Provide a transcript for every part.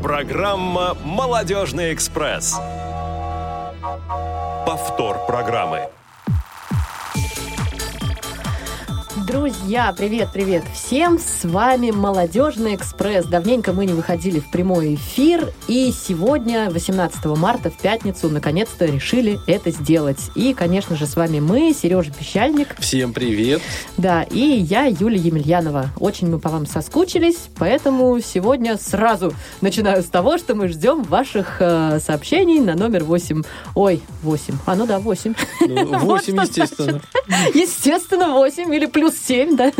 Программа «Молодежный экспресс». Повтор программы. Друзья, привет всем! С вами «Молодежный экспресс». Давненько мы не выходили в прямой эфир, и сегодня, 18 марта, в пятницу, наконец-то решили это сделать. И, конечно же, с вами мы, Сережа Пищальник. Всем привет! Да, и я, Юлия Емельянова. Очень мы по вам соскучились, поэтому сегодня сразу начинаю с того, что мы ждем ваших сообщений на номер 8. Ой, 8. 8. 8, естественно. Естественно, 8 или плюс 7, да?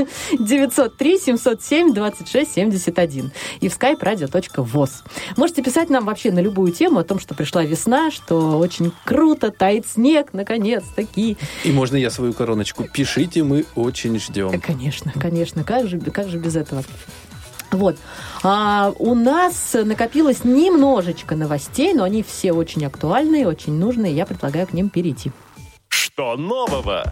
903-707-26-71. И в skype-radio.voz. Можете писать нам вообще на любую тему о том, что пришла весна, что очень круто, тает снег, наконец-таки. И можно я свою короночку? Пишите, мы очень ждем. Конечно. Как же без этого? Вот. У нас накопилось немножечко новостей, но они все очень актуальные, очень нужные. Я предлагаю к ним перейти. Что нового?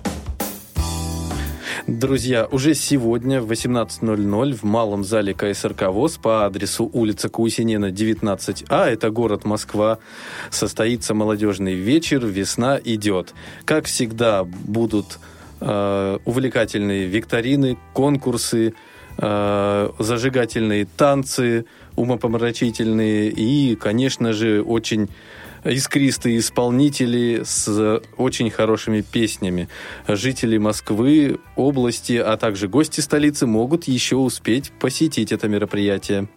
Друзья, уже сегодня в 18:00 в малом зале КСРК ВОС по адресу улица Каусинена, 19А, это город Москва, состоится молодежный вечер «Весна идет». Как всегда, будут увлекательные викторины, конкурсы, зажигательные танцы, умопомрачительные и, конечно же, очень искристые исполнители с очень хорошими песнями. Жители Москвы, области, а также гости столицы могут еще успеть посетить это мероприятие.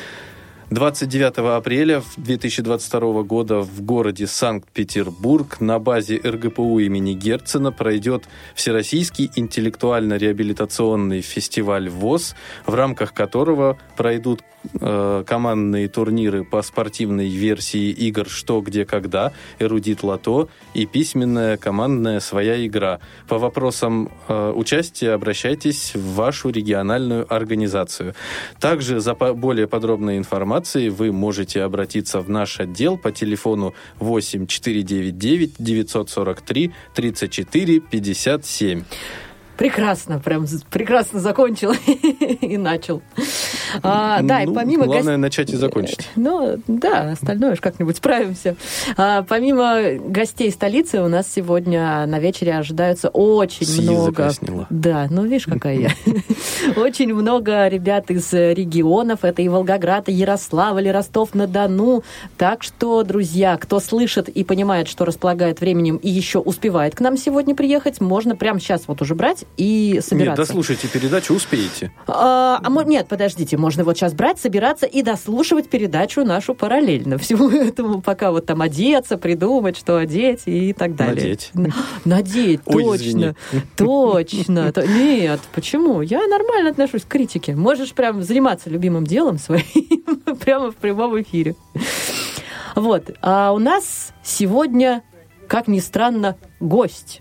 29 апреля 2022 года в городе Санкт-Петербург на базе РГПУ имени Герцена пройдет Всероссийский интеллектуально-реабилитационный фестиваль ВОС, в рамках которого пройдут командные турниры по спортивной версии игр «Что, где, когда», «Эрудит Лото» и письменная командная «Своя игра». По вопросам участия обращайтесь в вашу региональную организацию. Также за более подробной информацией вы можете обратиться в наш отдел по телефону 8 499 943 34 57. Прекрасно закончил и начал. Да, и помимо главное начать и закончить. Да, остальное уж как-нибудь справимся. Помимо гостей столицы у нас сегодня на вечере ожидаются очень много. Да, видишь, какая я. Очень много ребят из регионов. Это и Волгоград, и Ярославль, и Ростов-на-Дону. Так что, друзья, кто слышит и понимает, что располагает временем и еще успевает к нам сегодня приехать, можно прямо сейчас вот уже брать и собираться. Нет, дослушайте передачу, успеете. Нет, подождите, можно вот сейчас брать, собираться и дослушивать передачу нашу параллельно. Всему этому пока вот там одеться, придумать, что одеть и так далее. Надеть, точно. Точно. Нет, почему? Я нормально отношусь к критике. Можешь прям заниматься любимым делом своим прямо в прямом эфире. Вот. А у нас сегодня, как ни странно, гость.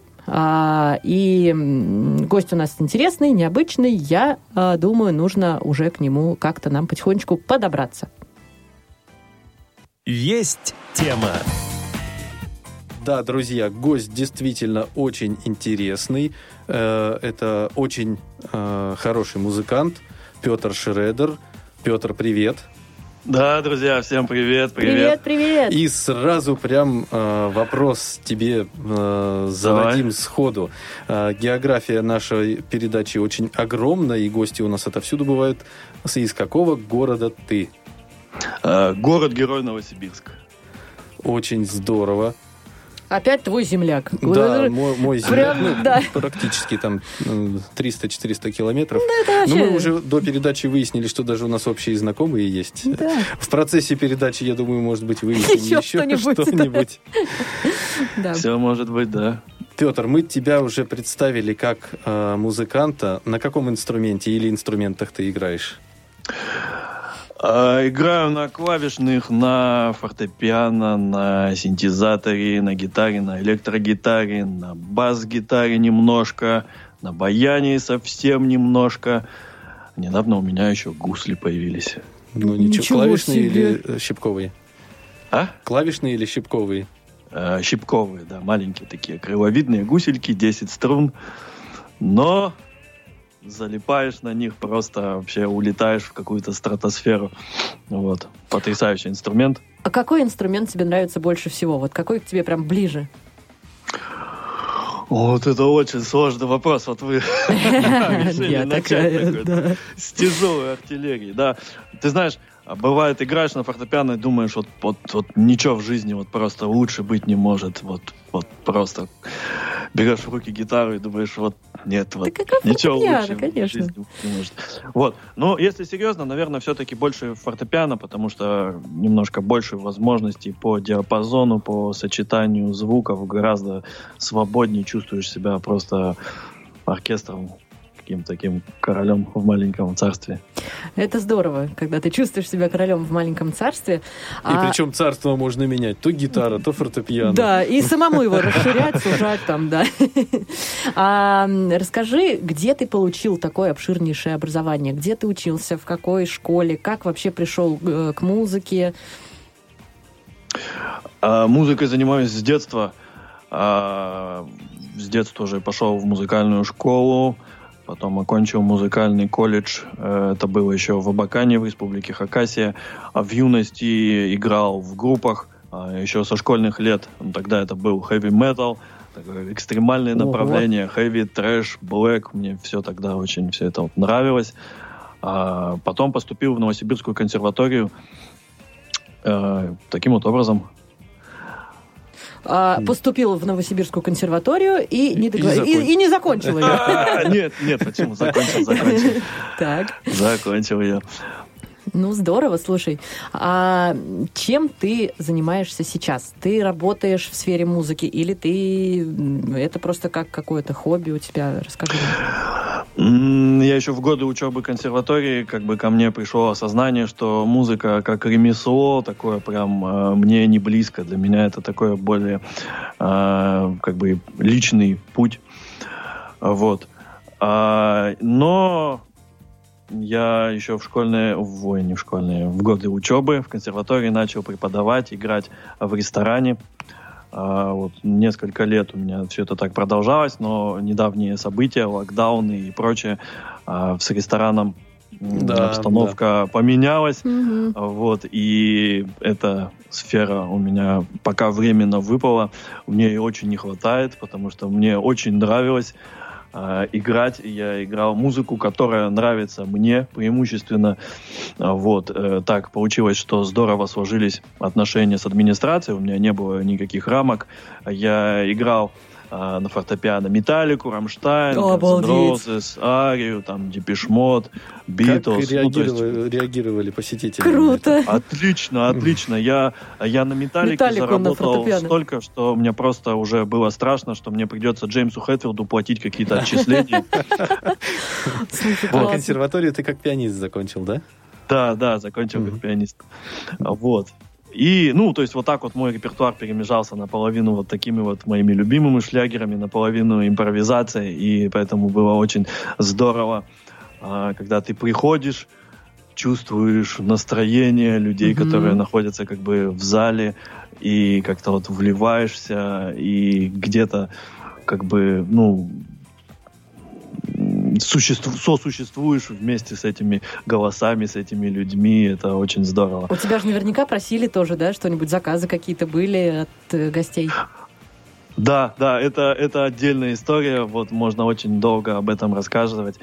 И гость у нас интересный, необычный. Я думаю, нужно уже к нему как-то нам потихонечку подобраться. Есть тема. Да, друзья, гость действительно очень интересный. Это очень хороший музыкант Петр Шредер. Петр, привет. Да, друзья, всем привет. Привет. И сразу прям вопрос тебе зададим сходу. География нашей передачи очень огромна, и гости у нас отовсюду бывают. Из какого города ты? Город-герой Новосибирск. Очень здорово. Опять твой земляк. Да, мой земляк. Прям, да. Практически там 300-400 километров. Да, но мы уже до передачи выяснили, что даже у нас общие знакомые есть. Да. В процессе передачи, я думаю, может быть, выясним еще что-нибудь. Да. Все может быть, да. Петр, мы тебя уже представили как музыканта. На каком инструменте или инструментах ты играешь? Играю на клавишных, на фортепиано, на синтезаторе, на гитаре, на электрогитаре, на бас-гитаре немножко, на баяне совсем немножко. Недавно у меня еще гусли появились. Ничего, клавишные или щипковые? Клавишные или щипковые? Щипковые, да, маленькие такие, крыловидные гусельки, 10 струн. Но залипаешь на них, просто вообще улетаешь в какую-то стратосферу. Вот. Потрясающий инструмент. А какой инструмент тебе нравится больше всего? Вот какой к тебе прям ближе? Вот это очень сложный вопрос. Вот вы решили начать такой с тяжелой артиллерии. Да, ты знаешь, бывает, играешь на фортепиано и думаешь, вот ничего в жизни вот просто лучше быть не может. Вот просто берешь в руки гитару и думаешь, вот нет, вот ничего лучше в жизни не может. Вот. Но если серьезно, наверное, все-таки больше фортепиано, потому что немножко больше возможностей по диапазону, по сочетанию звуков, гораздо свободнее чувствуешь себя просто оркестром, каким-то таким королем в маленьком царстве. Это здорово, когда ты чувствуешь себя королем в маленьком царстве. И причем царство можно менять. То гитара, то фортепиано. Да, и самому его расширять, сужать там, да. Расскажи, где ты получил такое обширнейшее образование? Где ты учился? В какой школе? Как вообще пришел к музыке? Музыкой занимаюсь с детства. С детства уже пошел в музыкальную школу. Потом окончил музыкальный колледж. Это было еще в Абакане, в республике Хакасия. А в юности играл в группах. Еще со школьных лет. Тогда это был heavy metal, экстремальные направления, heavy, трэш, блэк. Мне все тогда очень все это вот нравилось. Потом поступил в Новосибирскую консерваторию. Таким вот образом. Поступил в Новосибирскую консерваторию и не закончил ее. Нет, почему? Закончил. Так. Закончил ее. Ну, здорово, слушай. А чем ты занимаешься сейчас? Ты работаешь в сфере музыки или это просто как какое-то хобби у тебя? Расскажи мне. Я еще в годы учебы консерватории ко мне пришло осознание, что музыка как ремесло такое прям мне не близко. Для меня это такое более личный путь. Вот. Но я еще в годы учебы в консерватории начал преподавать, играть в ресторане. Вот несколько лет у меня все это так продолжалось, но недавние события, локдауны и прочее, с рестораном обстановка поменялась. Вот, и эта сфера у меня пока временно выпала. Мне ее очень не хватает, потому что мне очень нравилось играть. Я играл музыку, которая нравится мне преимущественно. Вот. Так получилось, что здорово сложились отношения с администрацией. У меня не было никаких рамок. Я играл на фортепиано Металлику, Рамштайн, Guns N' Roses, Арию, там, Депеш Мод, Битлз. Как реагировали посетители? Круто! Отлично. Я на Металлике заработал столько, что мне просто уже было страшно, что мне придется Джеймсу Хэтфилду платить какие-то отчисления. А консерваторию ты как пианист закончил, да? Да, закончил как пианист. Вот. И, то есть вот так вот мой репертуар перемежался наполовину вот такими вот моими любимыми шлягерами, наполовину импровизацией, и поэтому было очень здорово, когда ты приходишь, чувствуешь настроение людей, которые находятся в зале, и как-то вот вливаешься, и где-то сосуществуешь вместе с этими голосами, с этими людьми. Это очень здорово. У тебя же наверняка просили тоже, да, что-нибудь, заказы какие-то были от гостей? Да, это отдельная история. Вот можно очень долго об этом рассказывать.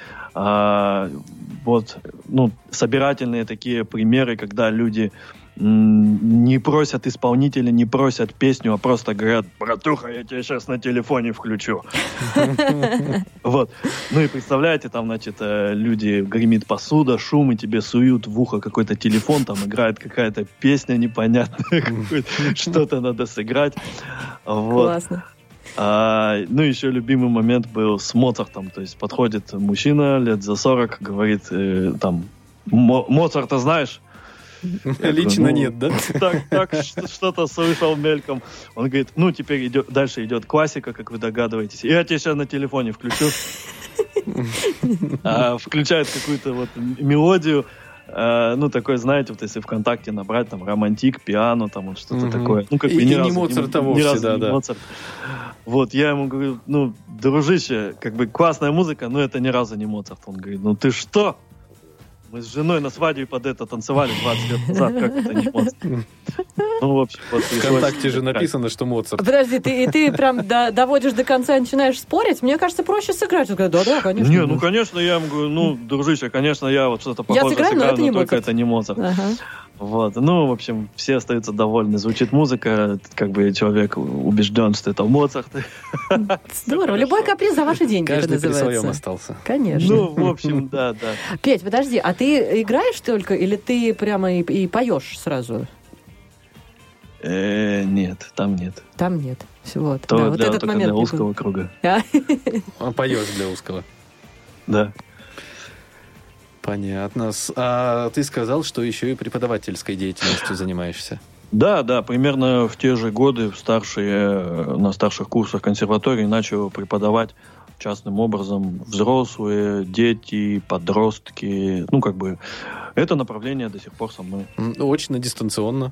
Собирательные такие примеры, когда люди не просят исполнителя, не просят песню, а просто говорят: братуха, я тебя сейчас на телефоне включу. Вот. И представляете, там, люди, гремит посуда, шум, и тебе суют в ухо какой-то телефон, там играет какая-то песня непонятная, что-то надо сыграть. Классно. Еще любимый момент был с Моцартом. То есть подходит мужчина лет за 40, говорит, Моцарта знаешь? Лично нет, да? Так, что-то слышал мельком. Он говорит, теперь дальше идет классика, как вы догадываетесь. Я тебе сейчас на телефоне включу. Включает какую-то мелодию. ну, такой, знаете, вот если ВКонтакте набрать, там, романтик, пиано, там, вот что-то такое. Ну, как бы И ни не разу Моцарта вовсе, не Моцарт. Вот, я ему говорю, ну, дружище, как бы классная музыка, но это ни разу не Моцарт. Он говорит, ну, ты что? Мы с женой на свадьбе под это танцевали 20 лет назад, как это не Моцарт? Ну, в общем, вот... ВКонтакте же написано, что Моцарт. Подожди, ты прям доводишь до конца и начинаешь спорить? Мне кажется, проще сыграть. Да, конечно. Не, ну, конечно, я ему говорю, ну, дружище, конечно, я вот что-то похожее сыграю, но только это не Моцарт. Вот, ну, в общем, все остаются довольны. Звучит музыка, как бы человек убежден, что это Моцарт. Здорово. Любой каприз за ваши деньги, это Каждый при называется. своем остался. Конечно. Ну, в общем, да. Петь, подожди, а ты играешь только или ты прямо и поешь сразу? Нет, там нет. Там нет. Вот. То Да, вот этот только момент для узкого круга. Он поешь для узкого. Да. Понятно. А ты сказал, что еще и преподавательской деятельностью занимаешься. Да, примерно в те же годы на старших курсах консерватории начал преподавать частным образом взрослые, дети, подростки. Ну, как бы, это направление до сих пор со мной. Очно, дистанционно?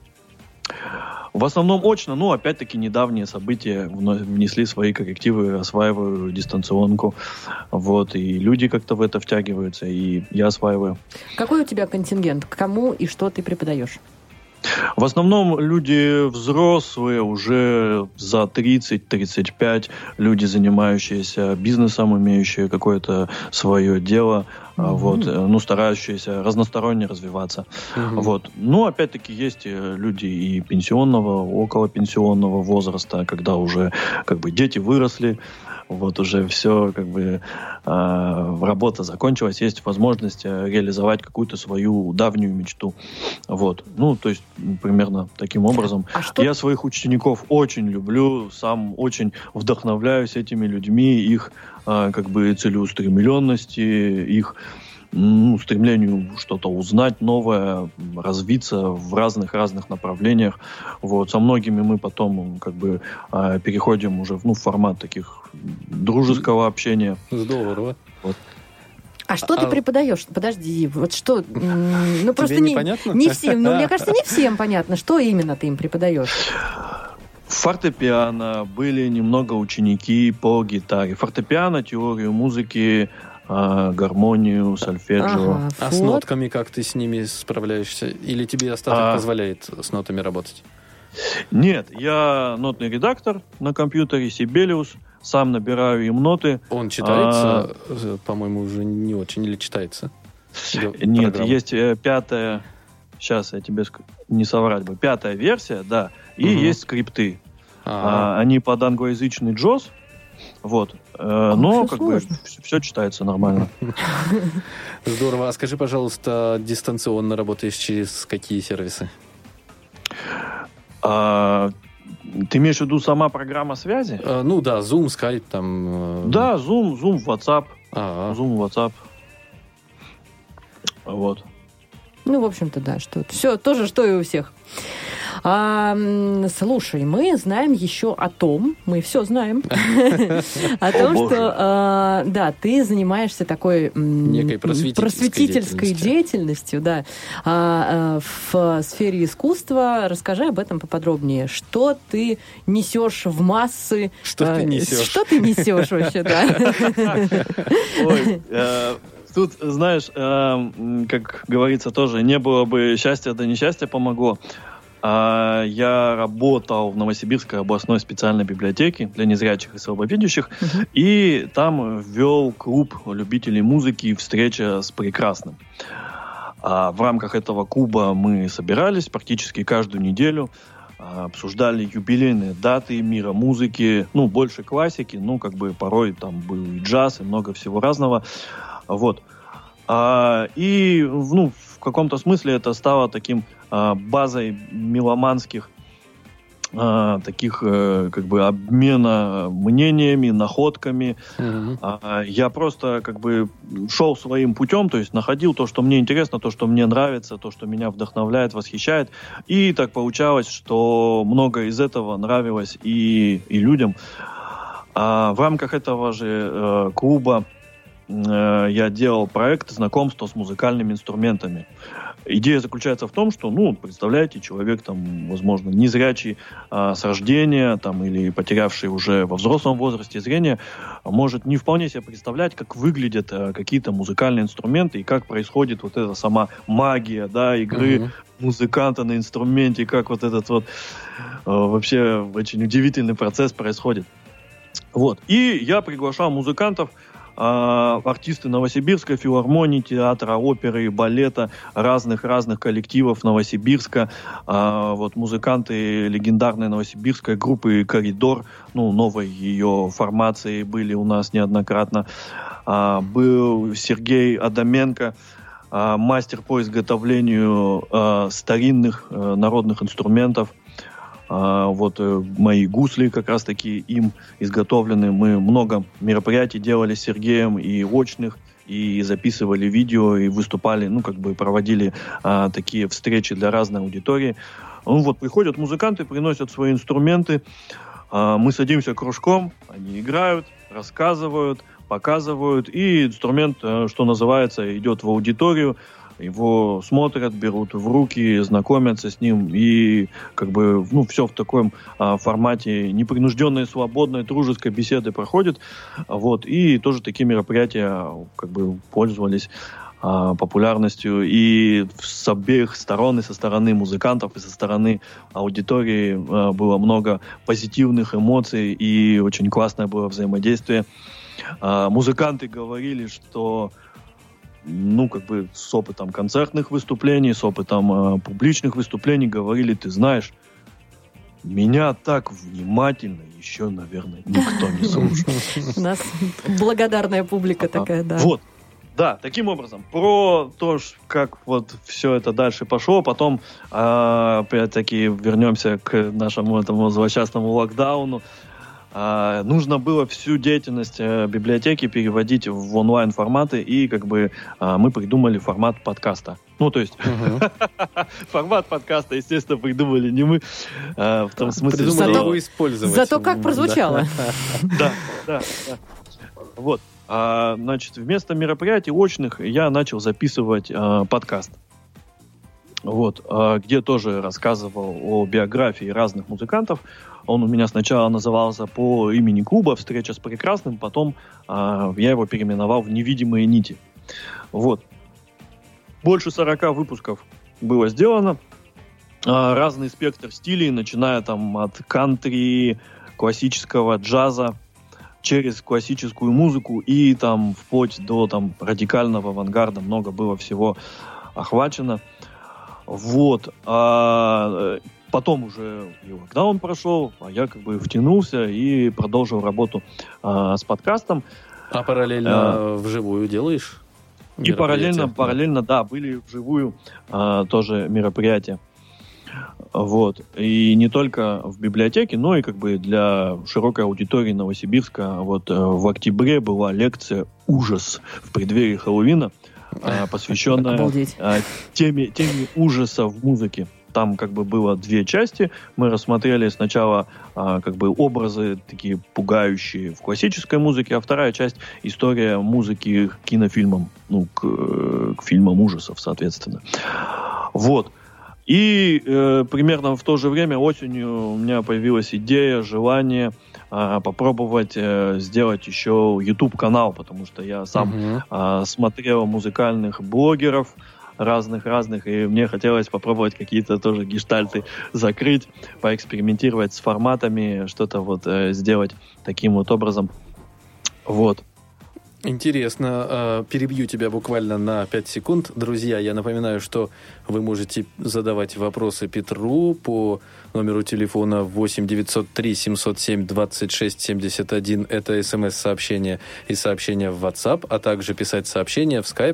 В основном очно, но опять-таки недавние события внесли свои коррективы, осваиваю дистанционку. Вот, и люди как-то в это втягиваются, и я осваиваю. Какой у тебя контингент? Кому и что ты преподаешь? В основном люди взрослые, уже за 30-35, люди, занимающиеся бизнесом, имеющие какое-то свое дело, вот, ну, старающиеся разносторонне развиваться. Вот. Ну, опять-таки, есть люди и пенсионного, околопенсионного возраста, когда уже как бы дети выросли, вот уже все, как бы, работа закончилась, есть возможность реализовать какую-то свою давнюю мечту. Вот. Ну, то есть, примерно таким образом. Я своих учеников очень люблю, сам очень вдохновляюсь этими людьми, их, как бы, целеустремленности, их стремлению что-то узнать новое, развиться в разных направлениях. Вот. Со многими мы потом как бы переходим уже в формат таких дружеского общения. Здорово. Вот. А что ты преподаешь? Подожди, вот что? Ну, просто непонятно? Не всем, мне кажется, не всем понятно, что именно ты им преподаешь. Фортепиано, были немного ученики по гитаре. Фортепиано, теорию музыки, гармонию, сольфеджио. А с нотками как ты с ними справляешься? Или тебе остаток позволяет с нотами работать? Нет, я нотный редактор на компьютере Sibelius, сам набираю им ноты. Он читается, по-моему, уже не очень, или читается? Нет, есть 5-я, сейчас я тебе не соврать бы, 5-я версия, да, и есть скрипты. Они под англоязычный JAWS. Вот. Но как бы все читается нормально. Здорово. А скажи, пожалуйста, дистанционно работаешь через какие сервисы? Ты имеешь в виду сама программа связи? Ну да, Zoom, Skype там. Да, Zoom, WhatsApp. Zoom, WhatsApp. Вот. Ну, в общем-то, да, что все тоже, что и у всех. Слушай, мы знаем еще о том, мы все знаем, о том, что, да, ты занимаешься такой некой просветительской деятельностью, да, в сфере искусства. Расскажи об этом поподробнее. Что ты несешь в массы? Что ты несешь? Что ты несешь вообще, да? Ой, тут, знаешь, как говорится, тоже не было бы счастья, да несчастье помогло. Я работал в Новосибирской областной специальной библиотеке для незрячих и слабовидящих, и там вел клуб любителей музыки и встреча с прекрасным. В рамках этого клуба мы собирались практически каждую неделю, обсуждали юбилейные даты мира музыки, ну, больше классики, ну, как бы порой там был и джаз, и много всего разного. Вот. И, ну, в каком-то смысле это стало таким базой меломанских таких как бы обмена мнениями, находками. Я просто как бы шел своим путем, то есть находил то, что мне интересно, то, что мне нравится, то, что меня вдохновляет, восхищает. И так получалось, что многое из этого нравилось и людям. В рамках этого же клуба я делал проект знакомства с музыкальными инструментами. Идея заключается в том, что, представляете, человек, там, возможно, незрячий с рождения, там, или потерявший уже во взрослом возрасте зрение, может не вполне себе представлять, как выглядят какие-то музыкальные инструменты и как происходит вот эта сама магия, да, игры музыканта на инструменте, как вот этот вот вообще очень удивительный процесс происходит. Вот. И я приглашал музыкантов, артисты Новосибирской филармонии, театра, оперы и балета, разных коллективов Новосибирска, вот музыканты легендарной новосибирской группы «Коридор», новой ее формации были у нас неоднократно. Был Сергей Адаменко, мастер по изготовлению старинных народных инструментов. Вот мои гусли как раз-таки им изготовлены. Мы много мероприятий делали с Сергеем, и очных, и записывали видео, и выступали, проводили такие встречи для разной аудитории. Вот приходят музыканты, приносят свои инструменты, мы садимся кружком, они играют, рассказывают, показывают, и инструмент, что называется, идет в аудиторию, его смотрят, берут в руки, знакомятся с ним, и все в таком формате непринужденной, свободной, дружеской беседы проходит. Вот, и тоже такие мероприятия пользовались популярностью и с обеих сторон, и со стороны музыкантов, и со стороны аудитории было много позитивных эмоций, и очень классное было взаимодействие. Музыканты говорили, что с опытом концертных выступлений, с опытом публичных выступлений говорили, ты знаешь, меня так внимательно еще, наверное, никто не слушал. У нас благодарная публика такая, да. Вот. Да, таким образом, про то, как вот все это дальше пошло, потом опять-таки вернемся к нашему этому злосчастному локдауну. Нужно было всю деятельность библиотеки переводить в онлайн-форматы, и мы придумали формат подкаста. Формат подкаста, естественно, придумали не мы. В том смысле, придумали его использовать. Зато как прозвучало. Да. Вот. Вместо мероприятий очных я начал записывать подкаст. Вот, где тоже рассказывал о биографии разных музыкантов. Он у меня сначала назывался по имени клуба «Встреча с прекрасным», потом я его переименовал в «Невидимые нити». Вот. Больше 40 выпусков было сделано. Разный спектр стилей, начиная от кантри, классического джаза, через классическую музыку и вплоть до радикального авангарда. Много было всего охвачено. Вот. Потом уже и локдаун прошел, а я втянулся и продолжил работу с подкастом. А параллельно вживую делаешь? И параллельно, да, были вживую тоже мероприятия. Вот. И не только в библиотеке, но и для широкой аудитории Новосибирска. Вот в октябре была лекция «Ужас» в преддверии Хэллоуина, посвященная теме ужаса в музыке. Там было две части. Мы рассмотрели сначала образы такие пугающие в классической музыке, а вторая часть — история музыки к кинофильмам, к фильмам ужасов, соответственно. Вот. И примерно в то же время осенью у меня появилась идея, желание попробовать сделать еще YouTube-канал, потому что я сам смотрел музыкальных блогеров разных, и мне хотелось попробовать какие-то тоже гештальты закрыть, поэкспериментировать с форматами, что-то сделать таким вот образом. Вот. Интересно. Перебью тебя буквально на 5 секунд. Друзья, я напоминаю, что вы можете задавать вопросы Петру по номеру телефона 8 903 707 26 71. Это смс-сообщение и сообщение в WhatsApp, а также писать сообщения в skype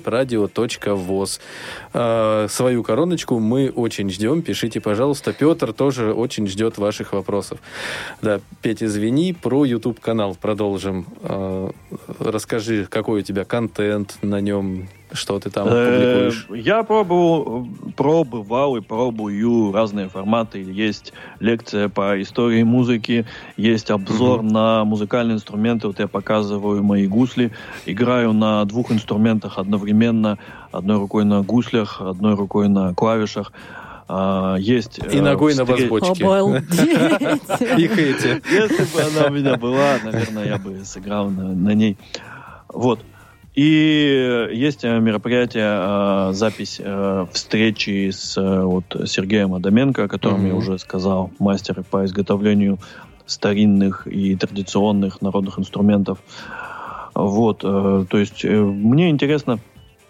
radio.voz. Свою короночку мы очень ждем. Пишите, пожалуйста. Петр тоже очень ждет ваших вопросов. Да, Петя, извини, про YouTube-канал продолжим. Расскажи, расскажи, какой у тебя контент на нем, что ты там публикуешь. Я пробовал и пробую разные форматы. Есть лекция по истории музыки, есть обзор на музыкальные инструменты. Вот я показываю мои гусли. Играю на 2 инструментах одновременно. Одной рукой на гуслях, одной рукой на клавишах. Есть и ногой на бас-бочке. Их эти. Если бы она у меня была, наверное, я бы сыграл на ней. Вот. И есть мероприятие, запись встречи с Сергеем Адаменко, о котором я уже сказал, мастер по изготовлению старинных и традиционных народных инструментов. Вот, то есть мне интересно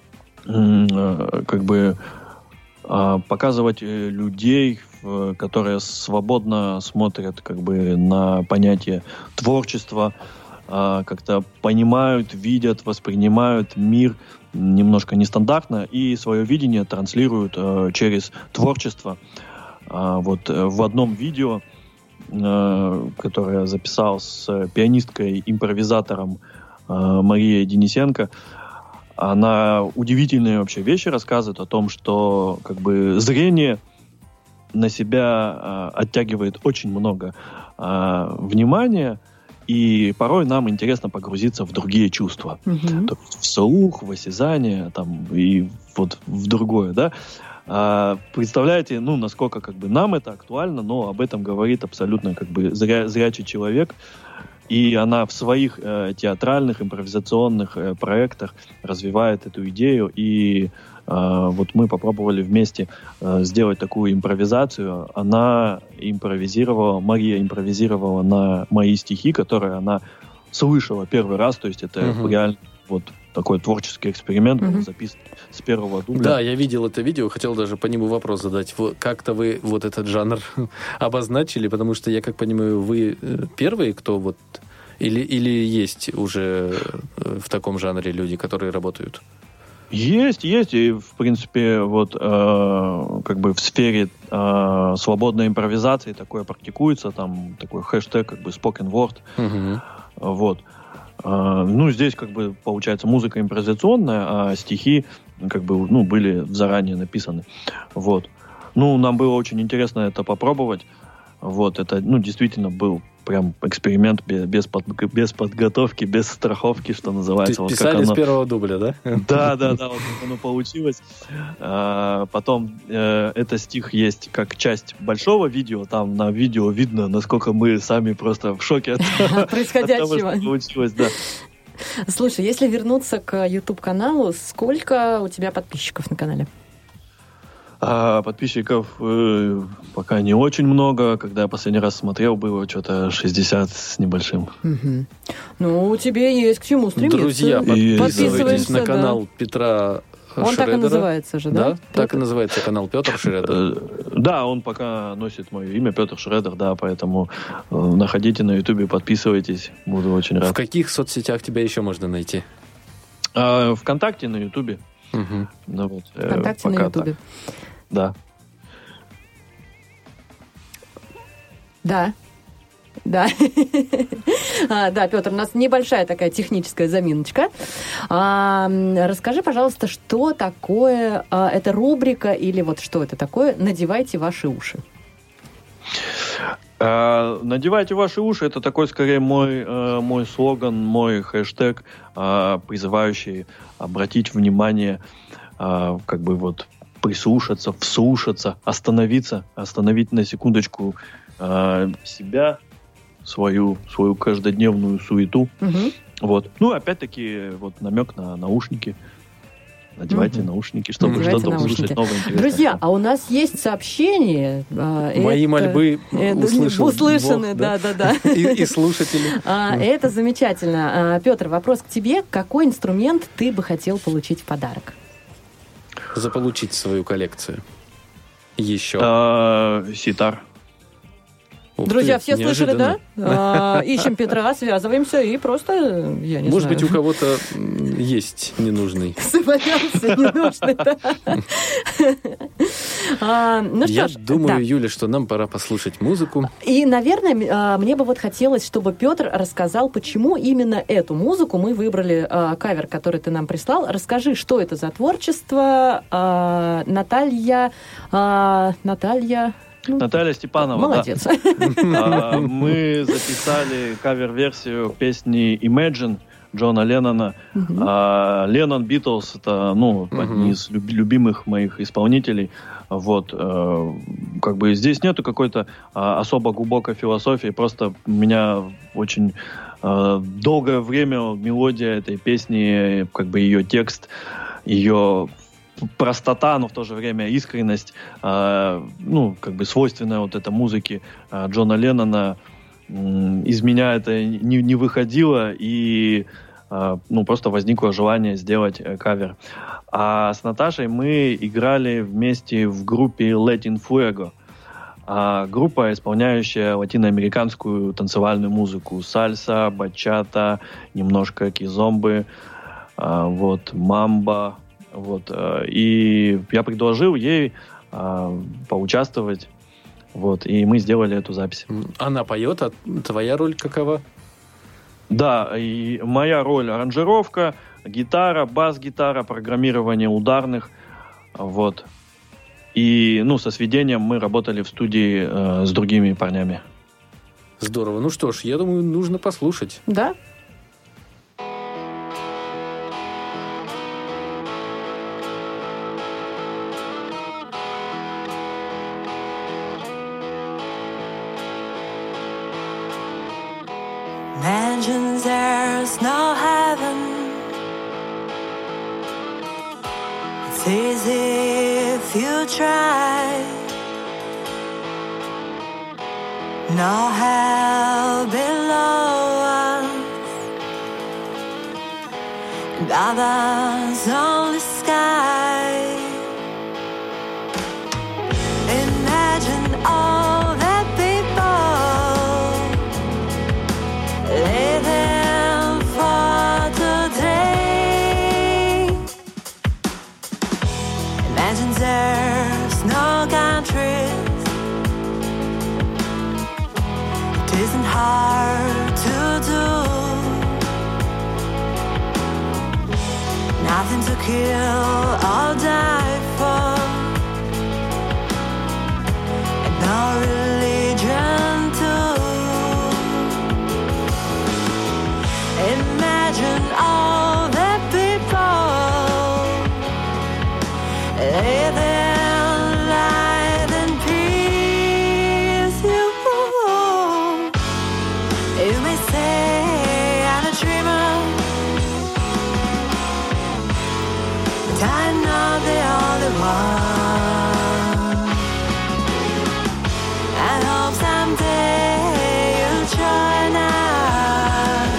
показывать людей, которые свободно смотрят на понятие творчества, как-то понимают, видят, воспринимают мир немножко нестандартно и свое видение транслируют через творчество. Вот в одном видео, которое я записал с пианисткой-импровизатором Марией Денисенко, она удивительные вообще вещи рассказывает о том, что зрение на себя оттягивает очень много внимания, и порой нам интересно погрузиться в другие чувства. То есть в слух, в осязание, и вот в другое, да. Представляете, насколько нам это актуально, но об этом говорит абсолютно зрячий человек. И она в своих театральных, импровизационных проектах развивает эту идею. И вот мы попробовали вместе сделать такую импровизацию. Мария импровизировала на мои стихи, которые она слышала первый раз. То есть это реально вот такой творческий эксперимент был записан с первого дубля. Да, я видел это видео, хотел даже по нему вопрос задать. Как-то вы вот этот жанр обозначили, потому что, я как понимаю, вы первые, кто вот... Или есть уже в таком жанре люди, которые работают? Есть. И, в принципе, вот в сфере свободной импровизации такое практикуется. Там такой хэштег spoken word. Вот. Здесь получается музыка импровизационная, а стихи были заранее написаны. Вот. Нам было очень интересно это попробовать. Вот. Это действительно был прям эксперимент без подготовки, без страховки, что называется. Вот писали с первого дубля, да? Да, вот оно получилось. Потом этот стих есть как часть большого видео. Там на видео видно, насколько мы сами просто в шоке от того, что получилось. Да. Слушай, если вернуться к YouTube-каналу, сколько у тебя подписчиков на канале? Подписчиков пока не очень много. Когда я последний раз смотрел, было что-то 60 с небольшим. Тебе есть к чему стремиться. Друзья, подписывайтесь на канал Петра Он Шредера. Так и называется же, да? Так и называется канал Петр Шредер. Да, он пока носит мое имя, Петр Шредер, да, поэтому находите на Ютубе, подписывайтесь, буду очень рад. В каких соцсетях тебя еще можно найти? ВКонтакте, на Ютубе. ВКонтакте, на Ютубе. Да. Да. Да, Петр, у нас небольшая такая техническая заминочка. Расскажи, пожалуйста, что такое эта рубрика или вот что это такое «Надевайте ваши уши». «Надевайте ваши уши» — это такой, скорее, мой слоган, мой хэштег, призывающий обратить внимание, прислушаться, вслушаться, остановить на секундочку себя, свою каждодневную суету. Вот. Опять-таки, намек на наушники. Надевайте наушники, чтобы что-то услышать новое интересное. Друзья, а у нас есть сообщение. Мои мольбы услышаны, да. И слушатели. Это замечательно. Петр, вопрос к тебе. Какой инструмент ты бы хотел получить в подарок? Заполучить свою коллекцию. Еще. Ситар. Друзья, все слышали, да? Ищем Петра, связываемся и просто, я не знаю. Может быть, у кого-то есть ненужный. Завалялся ненужный, Я думаю, Юля, что нам пора послушать музыку. И, наверное, мне бы вот хотелось, чтобы Петр рассказал, почему именно эту музыку мы выбрали, кавер, который ты нам прислал. Расскажи, что это за творчество. Наталья Степанова. Молодец. Да. Мы записали кавер-версию песни Imagine Джона Леннона. Леннон, Битлз — это одни из любимых моих исполнителей. Вот. Как бы здесь нету какой-то особо глубокой философии. Просто у меня очень долгое время мелодия этой песни, как бы ее текст, ее простота, но в то же время искренность, как бы свойственная вот этой музыке Джона Леннона, из меня это не выходило, и просто возникло желание сделать кавер. А с Наташей мы играли вместе в группе Latin Fuego. Группа, исполняющая латиноамериканскую танцевальную музыку. Сальса, бачата, немножко кизомбы, мамба. И я предложил ей поучаствовать. И мы сделали эту запись. Она поет, а твоя роль какова? Да, и моя роль — аранжировка, гитара, бас-гитара, программирование ударных. И, со сведением мы работали в студии с другими парнями. Здорово. Ну что ж, я думаю, нужно послушать. Да. Imagine there's no heaven. It's easy if you try. No hell below us, and others only sky. Imagine all the people living for today. Imagine there's no countries. It isn't hard to do. Nothing to kill or die for, and no religion too. Imagine all the people living life in peace. You may say I'm a dreamer, but I'm not the only one. I hope someday you'll join us,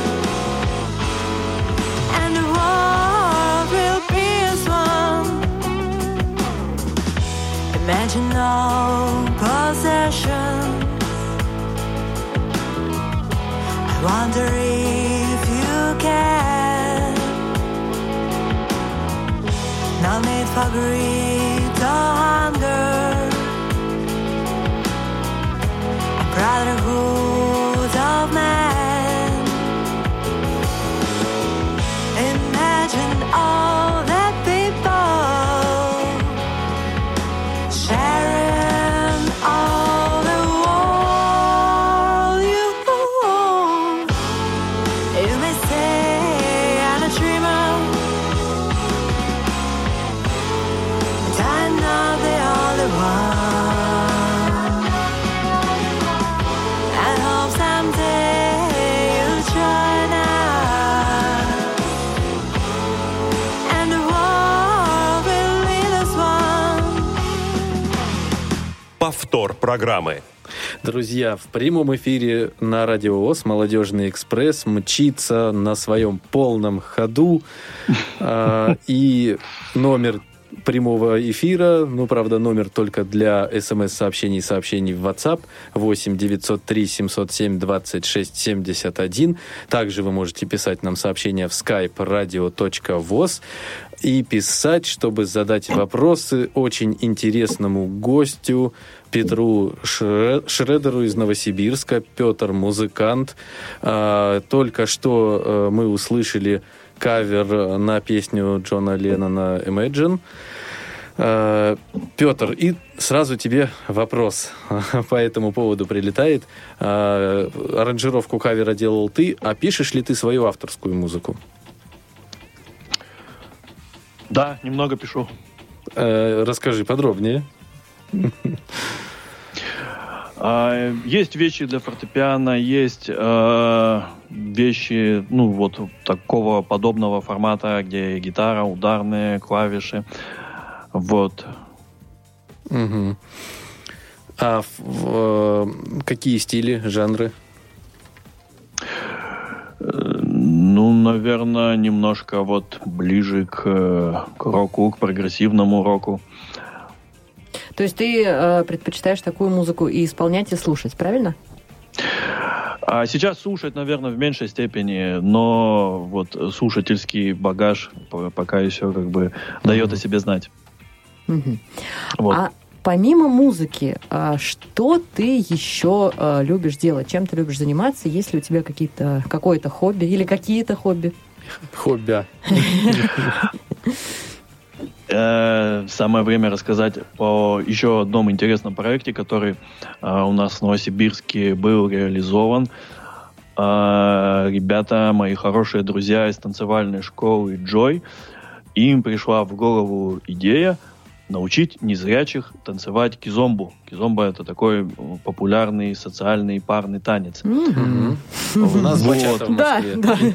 and the world will be as one. Imagine no possessions. I wonder if you can. No need for greed or hunger. A brotherhood of man. Imagine all the people sharing all the world. You may say I'm a dreamer, but I'm not the only one. I hope someday you'll join us, and the world will lead us one. Повтор программы. Друзья, в прямом эфире на Радио ВОС «Молодежный экспресс» мчится на своем полном ходу. И номер прямого эфира. Ну, правда, номер только для смс-сообщений и сообщений в WhatsApp 8 903 707 26 71. Также вы можете писать нам сообщения в skype radio.voz и писать, чтобы задать вопросы очень интересному гостю Петру Шредеру из Новосибирска. Петр — музыкант. Только что мы услышали кавер на песню Джона Леннона «Imagine». Петр, и сразу тебе вопрос по этому поводу прилетает. Аранжировку кавера делал ты, а пишешь ли ты свою авторскую музыку? Да, немного пишу. Расскажи подробнее. Есть вещи для фортепиано, есть вещи, ну, вот такого подобного формата, где гитара, ударные, клавиши. Вот. Угу. А какие стили, жанры? Ну, наверное, немножко вот ближе к року, к прогрессивному року. То есть ты предпочитаешь такую музыку и исполнять, и слушать, правильно? А сейчас слушать, наверное, в меньшей степени, но вот слушательский багаж пока еще как бы дает о себе знать. Вот. А помимо музыки, что ты еще любишь делать? Чем ты любишь заниматься? Есть ли у тебя какое-то хобби или какие-то хобби? Хобби. Самое время рассказать о еще одном интересном проекте, который у нас в Новосибирске был реализован. Ребята, мои хорошие друзья из танцевальной школы Joy, им пришла в голову идея научить незрячих танцевать кизомбу. Кизомба — это такой популярный социальный парный танец. У нас бачата в Москве.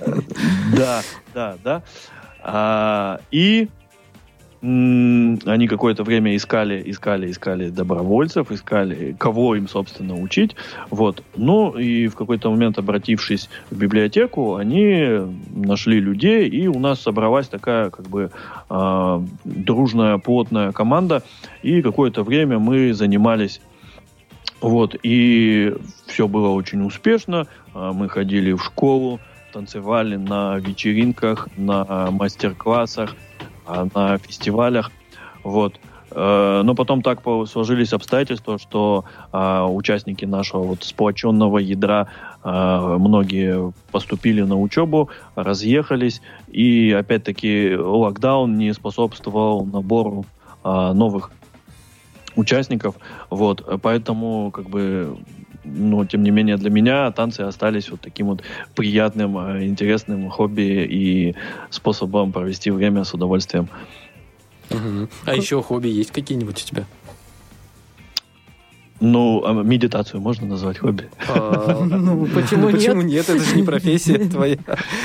Да. И они какое-то время искали добровольцев, искали, кого им, собственно, учить. Вот. Ну, и в какой-то момент, обратившись в библиотеку, они нашли людей, и у нас собралась такая, как бы, дружная, плотная команда, и какое-то время мы занимались. Вот. И все было очень успешно. Мы ходили в школу, танцевали на вечеринках, на мастер-классах, на фестивалях, вот. Но потом так сложились обстоятельства, что участники нашего вот сплоченного ядра, многие поступили на учебу, разъехались, и опять-таки локдаун не способствовал набору новых участников, вот. Поэтому, как бы, но, тем не менее, для меня танцы остались вот таким вот приятным, интересным хобби и способом провести время с удовольствием. Угу. А еще хобби есть какие-нибудь у тебя? Ну, медитацию можно назвать хобби? Почему нет? Это же не профессия твоя.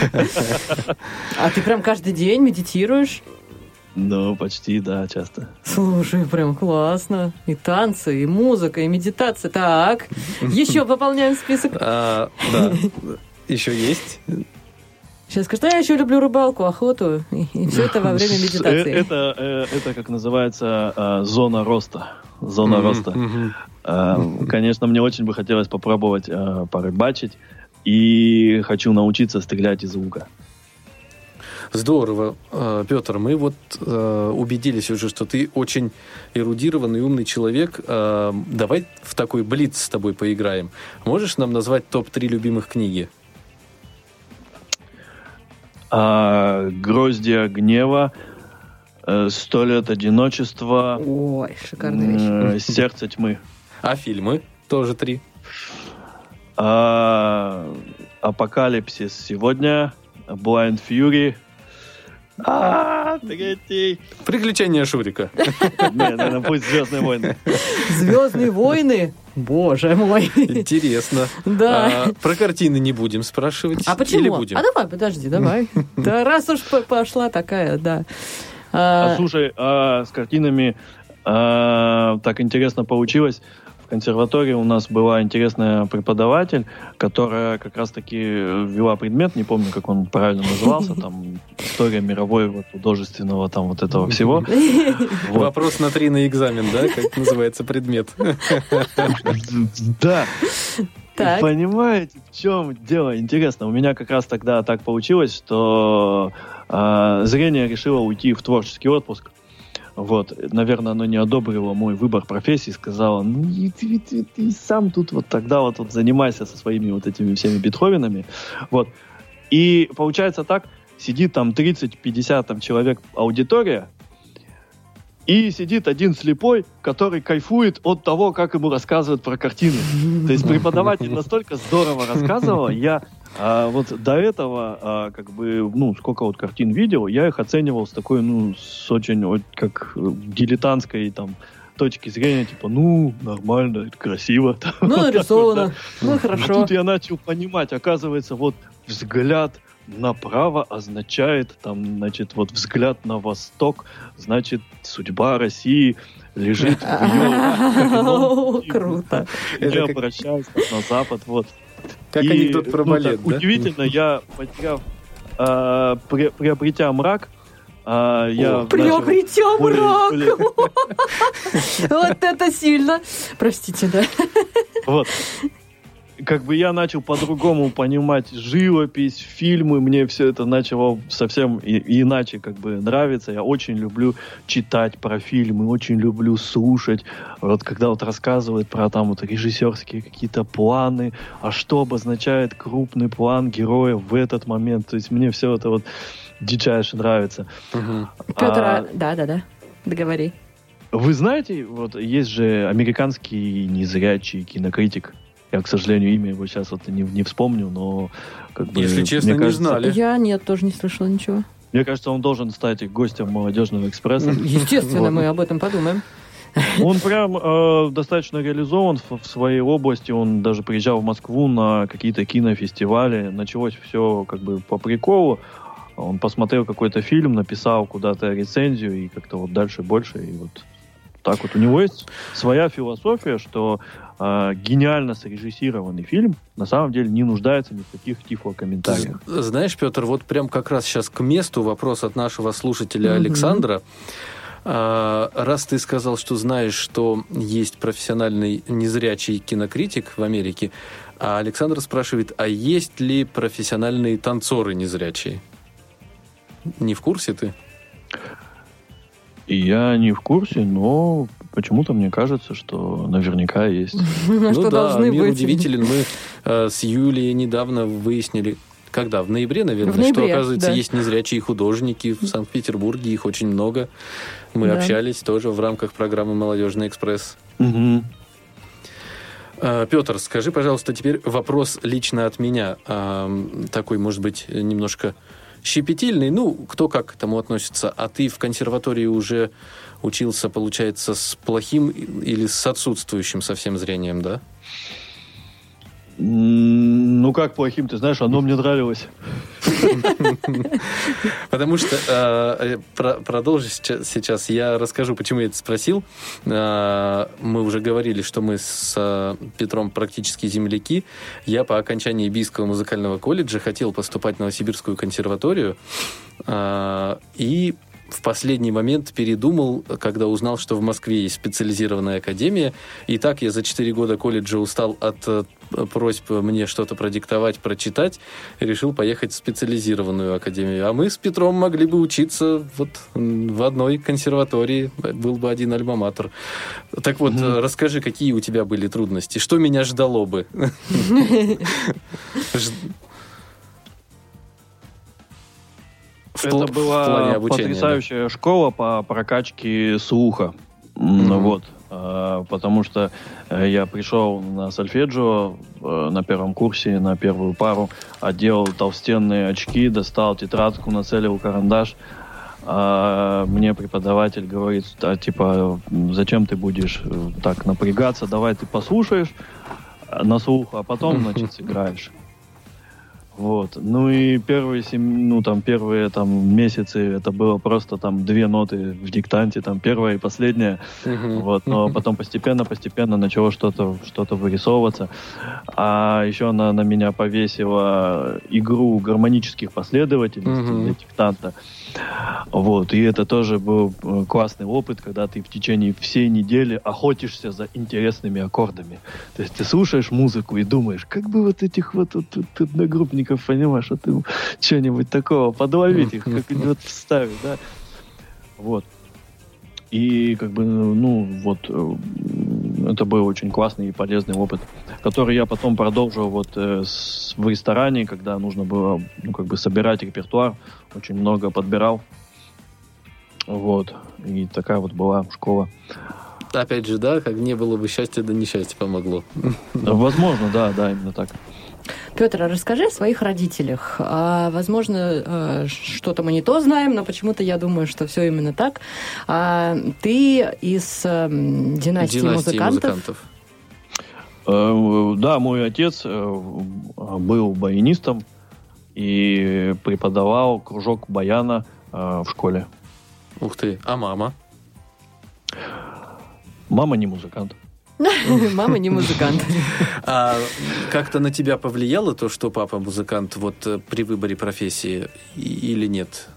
А ты прям каждый день медитируешь? Ну, почти, да, часто. Слушай, прям классно. И танцы, и музыка, и медитация. Так, еще пополняем список. Да, еще есть. Сейчас скажу, что я еще люблю рыбалку, охоту, и все это во время медитации. Это как называется, зона роста. Зона роста. Конечно, мне очень бы хотелось попробовать порыбачить, и хочу научиться стрелять из лука. Здорово. Петр, мы вот убедились уже, что ты очень эрудированный, умный человек. Давай в такой блиц с тобой поиграем. Можешь нам назвать топ-3 любимых книги? «Гроздья гнева», «100 лет одиночества». Ой, шикарная вещь. «Сердце тьмы». А фильмы? Тоже 3. «Апокалипсис сегодня», «Blind Fury». Третий. «Приключения Шурика». Наверное, пусть «Звездные войны». «Звездные войны»? Боже мой. Интересно. Да. Про картины не будем спрашивать. А почему? Или будем? А давай, подожди, давай. Да, раз уж пошла такая, да. Слушай, с картинами так интересно получилось. В консерватории у нас была интересная преподаватель, которая как раз-таки вела предмет, не помню, как он правильно назывался, там, история мировой художественного там вот этого всего. Вопрос на 3 на экзамен, да? Как называется предмет? Да. Так. Понимаете, в чем дело? Интересно, у меня как раз тогда так получилось, что зрение решило уйти в творческий отпуск. Вот, наверное, оно не одобрило мой выбор профессии, сказала, ну, ты сам тут вот тогда вот занимайся со своими вот этими всеми Бетховенами. Вот. И получается так, сидит там 30-50 там, человек аудитория, и сидит один слепой, который кайфует от того, как ему рассказывают про картины. То есть преподаватель настолько здорово рассказывал, я вот до этого, как бы, ну, сколько вот картин видел, я их оценивал с такой, ну, с очень, как дилетантской, там, точки зрения, типа, ну, нормально, это красиво. Ну, нарисовано, ну, хорошо. А тут я начал понимать, оказывается, вот взгляд направо означает, там, значит, вот взгляд на восток, значит, судьба России лежит в ее... Круто. Я обращаюсь на запад, вот. Как анекдот про балет, да? Удивительно, я, потеряв, приобретя мрак, приобретя мрак! Вот это сильно! Простите, да. Вот. Как бы я начал по-другому понимать живопись, фильмы, мне все это начало совсем иначе как бы нравиться. Я очень люблю читать про фильмы, очень люблю слушать. Вот когда вот рассказывают про там вот режиссерские какие-то планы, а что обозначает крупный план героя в этот момент. То есть мне все это вот дичайше нравится. Петр, да, договори. Вы знаете, вот есть же американский незрячий кинокритик. Я, к сожалению, имя его сейчас вот не вспомню, но... Как бы, если честно, мне кажется, не знали. Я нет, тоже не слышала ничего. Мне кажется, он должен стать гостем «Молодежного экспресса». Естественно, мы об этом подумаем. Он прям достаточно реализован в своей области. Он даже приезжал в Москву на какие-то кинофестивали. Началось все как бы по приколу. Он посмотрел какой-то фильм, написал куда-то рецензию, и как-то вот дальше больше. И вот так вот. У него есть своя философия, что гениально срежиссированный фильм на самом деле не нуждается ни в каких тифлокомментариях. Знаешь, Петр, вот прям как раз сейчас к месту вопрос от нашего слушателя Александра. Раз ты сказал, что знаешь, что есть профессиональный незрячий кинокритик в Америке, а Александр спрашивает, а есть ли профессиональные танцоры незрячие? Не в курсе ты? Я не в курсе, но почему-то мне кажется, что наверняка есть. Что должны мир быть. удивителен. Мы с Юлией недавно выяснили, когда? В ноябре, наверное, В ноябре, что, оказывается, да. есть незрячие художники в Санкт-Петербурге, их очень много. Мы общались тоже в рамках программы «Молодежный экспресс». Угу. Петр, скажи, пожалуйста, теперь вопрос лично от меня. Такой, может быть, немножко щепетильный. Ну, кто как к этому относится. А ты в консерватории уже учился, получается, с плохим или с отсутствующим совсем зрением, да? Ну, как плохим, ты знаешь, оно мне нравилось. Потому что, продолжу сейчас, я расскажу, почему я это спросил. Мы уже говорили, что мы с Петром практически земляки. Я по окончании Бийского музыкального колледжа хотел поступать в Новосибирскую консерваторию. И в последний момент передумал, когда узнал, что в Москве есть специализированная академия. И так я за 4 года колледжа устал от просьб мне что-то продиктовать, прочитать, решил поехать в специализированную академию. А мы с Петром могли бы учиться вот в одной консерватории, был бы один альма-матер. Так вот, расскажи, какие у тебя были трудности, что меня ждало бы? Это была потрясающая школа по прокачке слуха. Вот. Потому что я пришел на сольфеджио на первом курсе, на первую пару, одел толстенные очки, достал тетрадку, нацелил карандаш. Мне преподаватель говорит, типа, зачем ты будешь так напрягаться, давай ты послушаешь на слух, а потом, значит, сыграешь. Вот. Ну и первые месяцы это было просто 2 ноты в диктанте, первая и последняя. Вот. Но потом постепенно начало что-то вырисовываться. А еще она на меня повесила игру гармонических последовательностей для диктанта. Вот. И это тоже был классный опыт, когда ты в течение всей недели охотишься за интересными аккордами. То есть ты слушаешь музыку и думаешь, как бы вот этих вот одногруппников, понимаешь, что-нибудь такого подловить их, как-нибудь вставить, да. Вот. И это был очень классный и полезный опыт, который я потом продолжил в ресторане, когда нужно было собирать репертуар, очень много подбирал. Вот. И такая была школа. Опять же, да, как не было бы счастья, да несчастье помогло. Возможно, да, именно так. Петр, а расскажи о своих родителях. Возможно, что-то мы не то знаем, но почему-то я думаю, что все именно так. Ты из династии музыкантов? Да, мой отец был баянистом и преподавал кружок баяна в школе. Ух ты, а мама? Мама не музыкант. Мама не музыкант. А как-то на тебя повлияло то, что папа музыкант при выборе профессии или нет?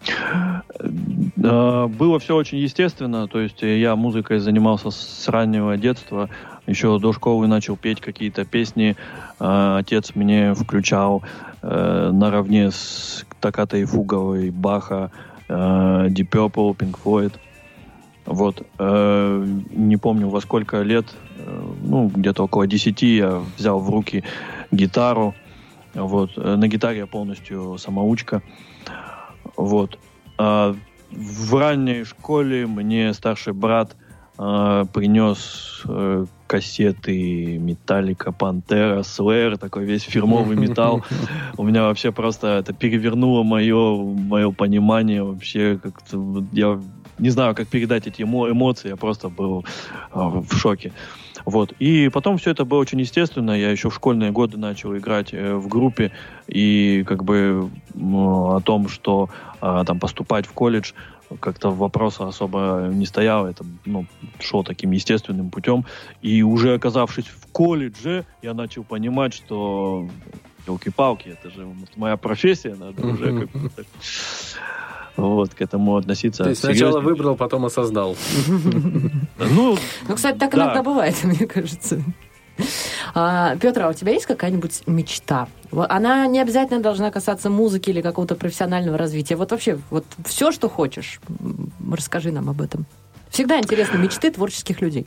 Было все очень естественно. То есть я музыкой занимался с раннего детства. Еще до школы начал петь какие-то песни. Отец мне включал наравне с Токкатой Фуговой, Баха, Deep Purple, Pink Floyd. Вот. Не помню, во сколько лет, где-то около 10 я взял в руки гитару. Вот. На гитаре я полностью самоучка. Вот. В ранней школе мне старший брат принес кассеты Металлика, Пантера, Slayer, такой весь фирмовый металл. У меня вообще просто это перевернуло мое понимание. Вообще как-то я не знаю, как передать эти эмоции, я просто был в шоке. Вот. И потом все это было очень естественно. Я еще в школьные годы начал играть в группе. И о том, что поступать в колледж, как-то вопроса особо не стоял. Это шло таким естественным путем. И уже оказавшись в колледже, я начал понимать, что елки-палки, это же моя профессия, надо уже как-то к этому относиться. То есть сначала выбрал, потом осознал. Кстати, так иногда бывает, мне кажется. Петр, а у тебя есть какая-нибудь мечта? Она не обязательно должна касаться музыки или какого-то профессионального развития. Вообще, все, что хочешь, расскажи нам об этом. Всегда интересны мечты творческих людей.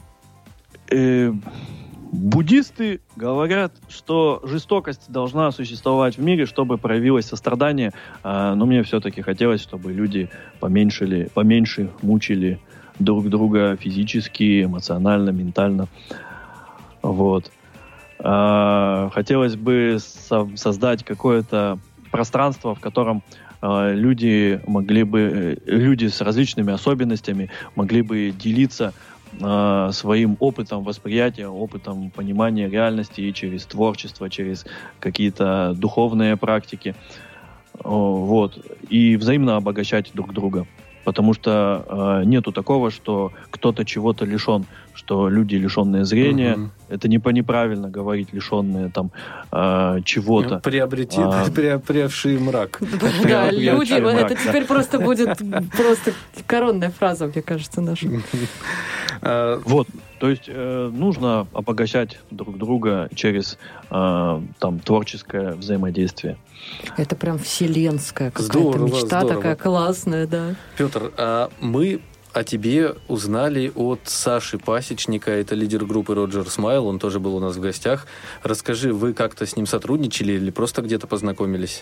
Буддисты говорят, что жестокость должна существовать в мире, чтобы проявилось сострадание. Но мне все-таки хотелось, чтобы люди поменьше мучили друг друга физически, эмоционально, ментально. Вот. Хотелось бы создать какое-то пространство, в котором люди с различными особенностями могли бы делиться своим опытом восприятия, опытом понимания реальности и через творчество, через какие-то духовные практики. Вот. И взаимно обогащать друг друга. Потому что нету такого, что кто-то чего-то лишен, что люди, лишенные зрения, это неправильно говорить, лишенные чего-то. Приобретший мрак. Да, люди, это теперь просто будет коронная фраза, мне кажется, наша. Вот, то есть нужно обогащать друг друга через творческое взаимодействие. Это прям вселенская какая-то мечта, такая классная, да. Петр, мы о тебе узнали от Саши Пасечника, это лидер группы Roger Smile, он тоже был у нас в гостях. Расскажи, вы как-то с ним сотрудничали или просто где-то познакомились?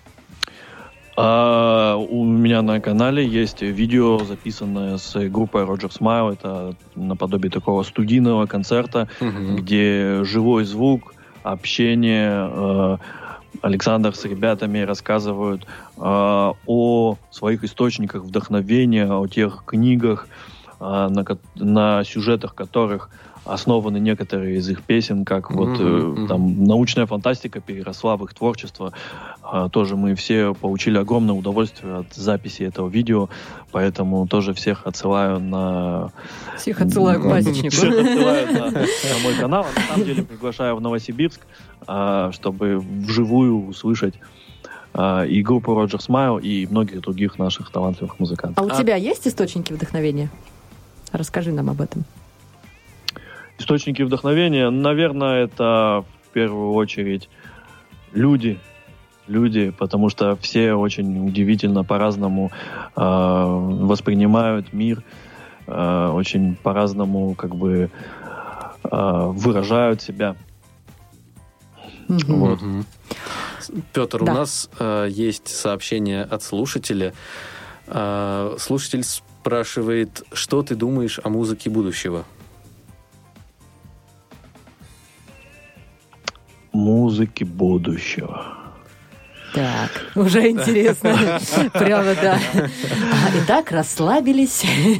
У меня на канале есть видео, записанное с группой Roger Smile. Это наподобие такого студийного концерта, где живой звук, общение. Александр с ребятами рассказывают о своих источниках вдохновения, о тех книгах, на сюжетах которых основаны некоторые из их песен, как там научная фантастика переросла в их творчество. Тоже мы все получили огромное удовольствие от записи этого видео, поэтому тоже всех отсылаю Всех отсылаю к пасечнику. Всех отсылаю на мой канал. На самом деле приглашаю в Новосибирск, чтобы вживую услышать и группу Roger Smile, и многих других наших талантливых музыкантов. А у тебя есть источники вдохновения? Расскажи нам об этом. Источники вдохновения, наверное, это в первую очередь люди, потому что все очень удивительно по-разному воспринимают мир, очень по-разному как бы выражают себя. Вот. Петр, у нас есть сообщение от слушателя. Слушатель спрашивает, что ты думаешь о музыке будущего? Музыки будущего. Так, уже интересно. Прямо, да. Итак, расслабились.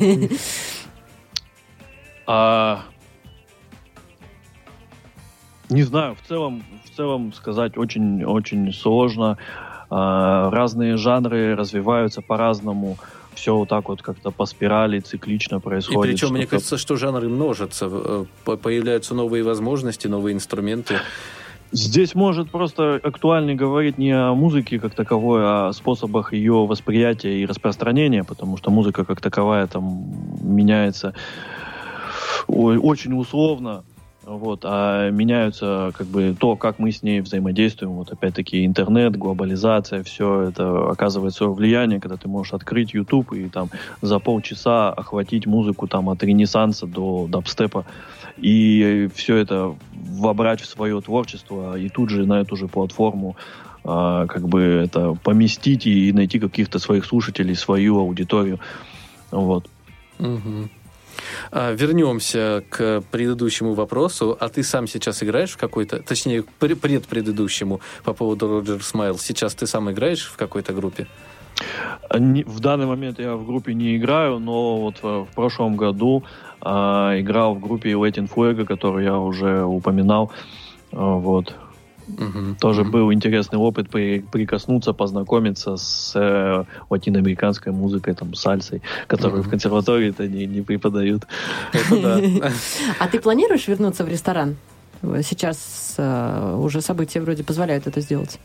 Не знаю, в целом сказать очень сложно. Разные жанры развиваются по-разному. Все вот так вот как-то по спирали циклично происходит. И причем, мне кажется, что жанры множатся. Появляются новые возможности, новые инструменты. Здесь может просто актуальнее говорить не о музыке как таковой, а о способах ее восприятия и распространения, потому что музыка как таковая там меняется очень условно. Вот, а меняются как бы то, как мы с ней взаимодействуем. Вот опять-таки интернет, глобализация, все это оказывает свое влияние, когда ты можешь открыть YouTube и там за полчаса охватить музыку там от ренессанса до дабстепа и все это вобрать в свое творчество и тут же на эту же платформу как бы это поместить и найти каких-то своих слушателей, свою аудиторию. Вот. Угу. Вернемся к предыдущему вопросу. А ты сам сейчас играешь в какой-то, точнее, предпредыдущему по поводу Roger Smile. Сейчас ты сам играешь в какой-то группе? В данный момент я в группе не играю, но вот в прошлом году играл в группе Latin Fuego, которую я уже упоминал. Вот. Тоже был интересный опыт прикоснуться, познакомиться с латиноамериканской музыкой, там, сальсой, которую в консерватории-то не преподают. А ты планируешь вернуться в ресторан? Сейчас уже события вроде позволяют это сделать.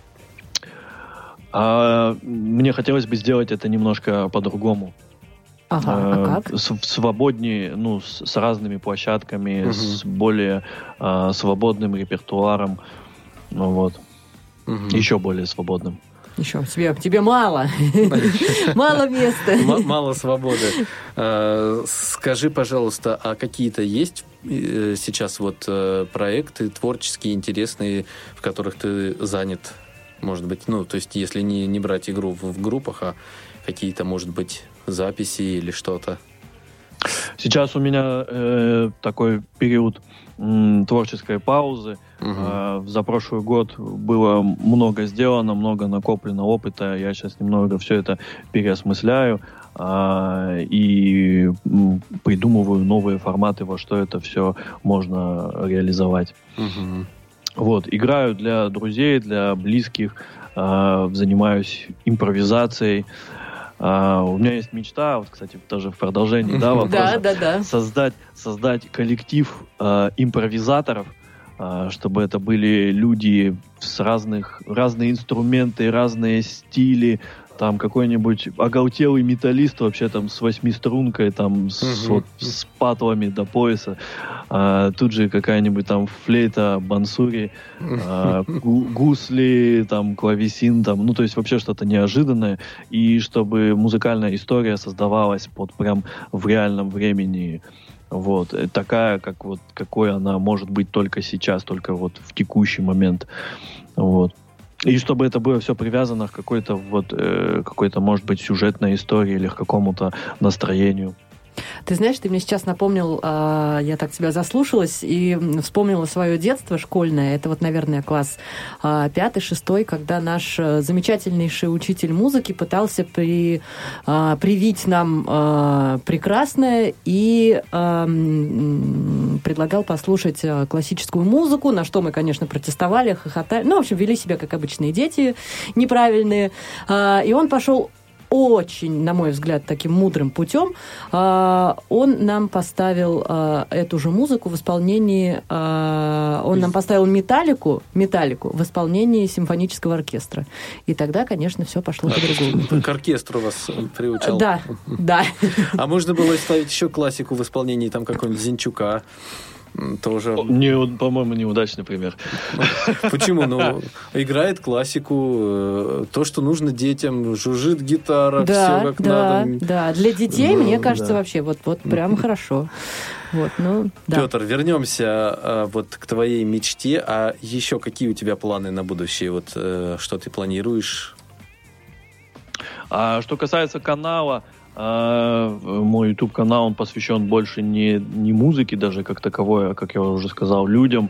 Мне хотелось бы сделать это немножко по-другому. Ага, а как? Свободнее, с разными площадками, с более свободным репертуаром. Вот. Еще более свободным. Еще тебе мало. Мало места. Мало свободы. Скажи, пожалуйста, а какие-то есть сейчас вот проекты творческие, интересные, в которых ты занят? Может быть, то есть, если не брать игру в группах, а какие-то, может быть, записи или что-то? Сейчас у меня такой период творческой паузы. За прошлый год было много сделано, много накоплено опыта. Я сейчас немного все это переосмысляю и придумываю новые форматы, во что это все можно реализовать. Вот, играю для друзей, для близких, занимаюсь импровизацией. У меня есть мечта, вот, кстати, тоже в продолжении, вопроса, создать коллектив импровизаторов, чтобы это были люди с разные инструменты, разные стили, там какой-нибудь оголтелый металлист вообще там с 8-стрункой, там с патлами до пояса, тут же какая-нибудь там флейта, бансури, гусли, там клавесин, там, то есть вообще что-то неожиданное, и чтобы музыкальная история создавалась прям в реальном времени. Вот, такая, какой она может быть только сейчас, только вот в текущий момент. Вот. И чтобы это было все привязано к какой-то, может быть, сюжетной истории или к какому-то настроению. Ты знаешь, ты мне сейчас напомнил, я так тебя заслушалась и вспомнила свое детство школьное. Это вот, наверное, класс 5-6, когда наш замечательнейший учитель музыки пытался привить нам прекрасное и предлагал послушать классическую музыку, на что мы, конечно, протестовали, хохотали. Ну, в общем, вели себя, как обычные дети, неправильные. И он пошел очень, на мой взгляд, таким мудрым путем. Он нам поставил эту же музыку в исполнении... Он нам поставил металлику в исполнении симфонического оркестра. И тогда, конечно, все пошло по-другому. К оркестру вас приучал. Да. А можно было ставить еще классику в исполнении там какого-нибудь Зинчука? Тоже... По-моему, неудачный пример. Почему? Ну, играет классику, то, что нужно детям, жужжит гитара, все как надо. Да, для детей, мне кажется, вообще вот прям хорошо. Петр, вернемся к твоей мечте. А еще какие у тебя планы на будущее? Что ты планируешь? А что касается канала, мой YouTube-канал, он посвящен больше не музыке даже как таковой, а, как я уже сказал, людям,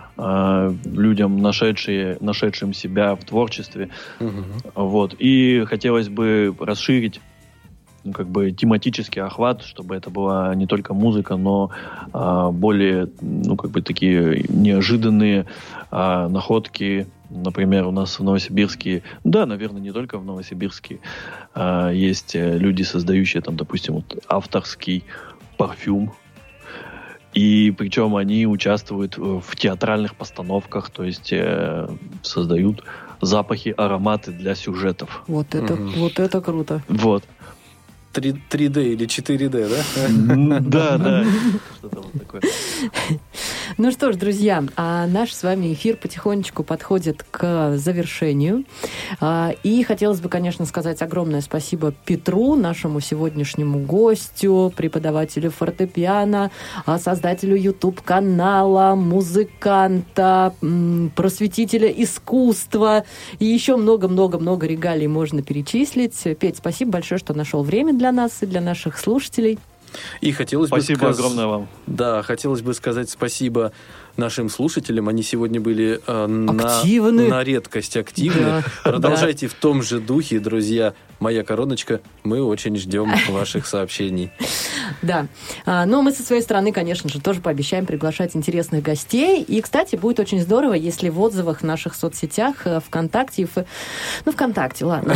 нашедшим себя в творчестве. И хотелось бы расширить тематический охват, чтобы это была не только музыка, но более такие неожиданные находки. Например, у нас в Новосибирске, да, наверное, не только в Новосибирске, есть люди, создающие там, допустим, авторский парфюм. И причем они участвуют в театральных постановках, то есть создают запахи, ароматы для сюжетов. Вот это круто. Вот. 3D или 4D, да? Да. Что-то вот такое. Ну что ж, друзья, наш с вами эфир потихонечку подходит к завершению. И хотелось бы, конечно, сказать огромное спасибо Петру, нашему сегодняшнему гостю, преподавателю фортепиано, создателю YouTube-канала, музыканта, просветителя искусства. И еще много-много-много регалий можно перечислить. Петь, спасибо большое, что нашел время для нас и для наших слушателей. И хотелось спасибо огромное вам. Да, хотелось бы сказать спасибо нашим слушателям. Они сегодня были на редкость активны. Да, продолжайте в том же духе, друзья. Моя короночка. Мы очень ждем ваших сообщений. Да. Но мы со своей стороны, конечно же, тоже пообещаем приглашать интересных гостей. И, кстати, будет очень здорово, если в отзывах в наших соцсетях, ВКонтакте... ВКонтакте, ладно.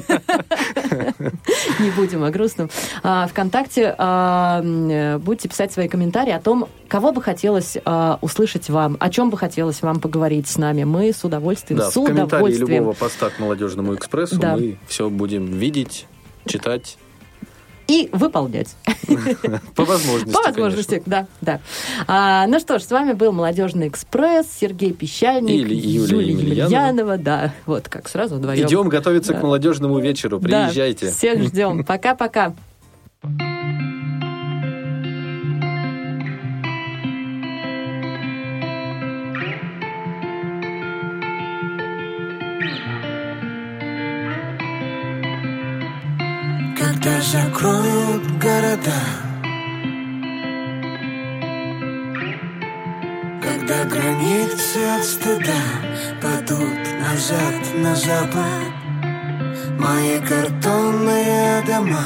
Не будем о грустном. ВКонтакте будете писать свои комментарии о том, кого бы хотелось услышать вам, о чем бы хотелось вам поговорить с нами. Мы с удовольствием, в комментарии любого поста к «Молодежному экспрессу» мы все будем видеть, читать. И выполнять. По возможности, По возможности, да. Ну что ж, с вами был «Молодежный экспресс», Сергей Пищальник, Юлия Емельянова. Да, вот как сразу вдвоем. Идем готовиться к молодежному вечеру. Приезжайте. Да, всех ждем. Пока-пока. Когда закроют города, когда границы от стыда падут назад на запад, мои картонные дома,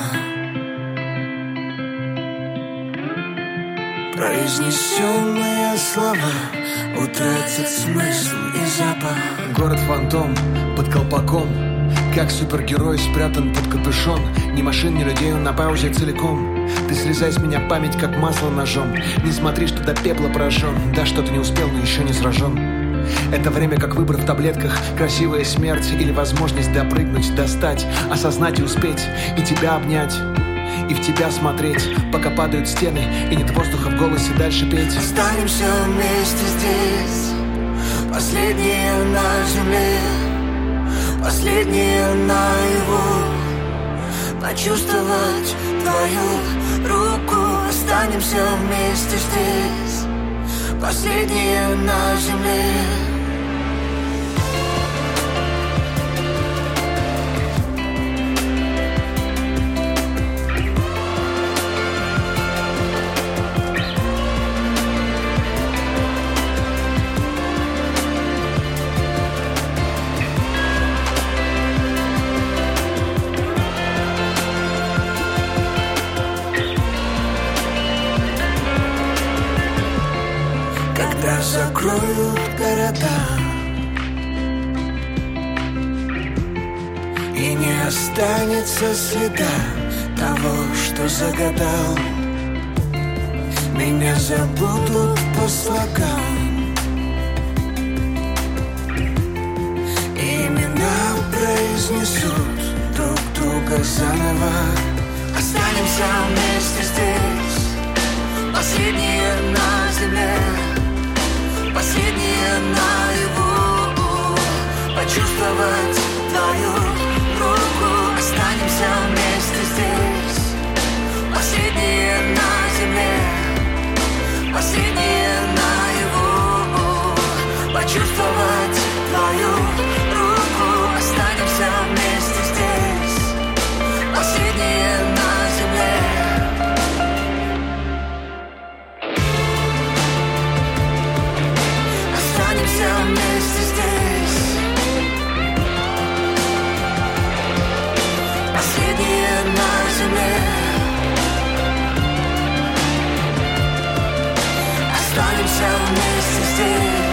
произнесенные слова утратят смысл и запах. Город-фантом под колпаком, как супергерой спрятан под капюшон. Ни машин, ни людей, он на паузе целиком. Ты срезай с меня память, как масло ножом. Не смотри, что до пепла поражен. Да, что-то не успел, но еще не сражен. Это время, как выбор в таблетках. Красивая смерть или возможность допрыгнуть, достать, осознать и успеть. И тебя обнять, и в тебя смотреть, пока падают стены, и нет воздуха в голосе дальше петь. Останемся вместе здесь, последние на земле, последние наяву. Почувствовать твою руку. Останемся вместе здесь, последние на земле. закроют города, и не останется следа того, что загадал. Меня забудут по слогам, имена произнесут друг друга заново. Останемся вместе здесь, последние на земле, последние наяву, почувствовать твою руку. Останемся вместе здесь, последние на земле, последние наяву, почувствовать твою руку. Останемся вместе здесь, последние на земле. Останемся вместе здесь, последние на земле. Останемся вместе здесь.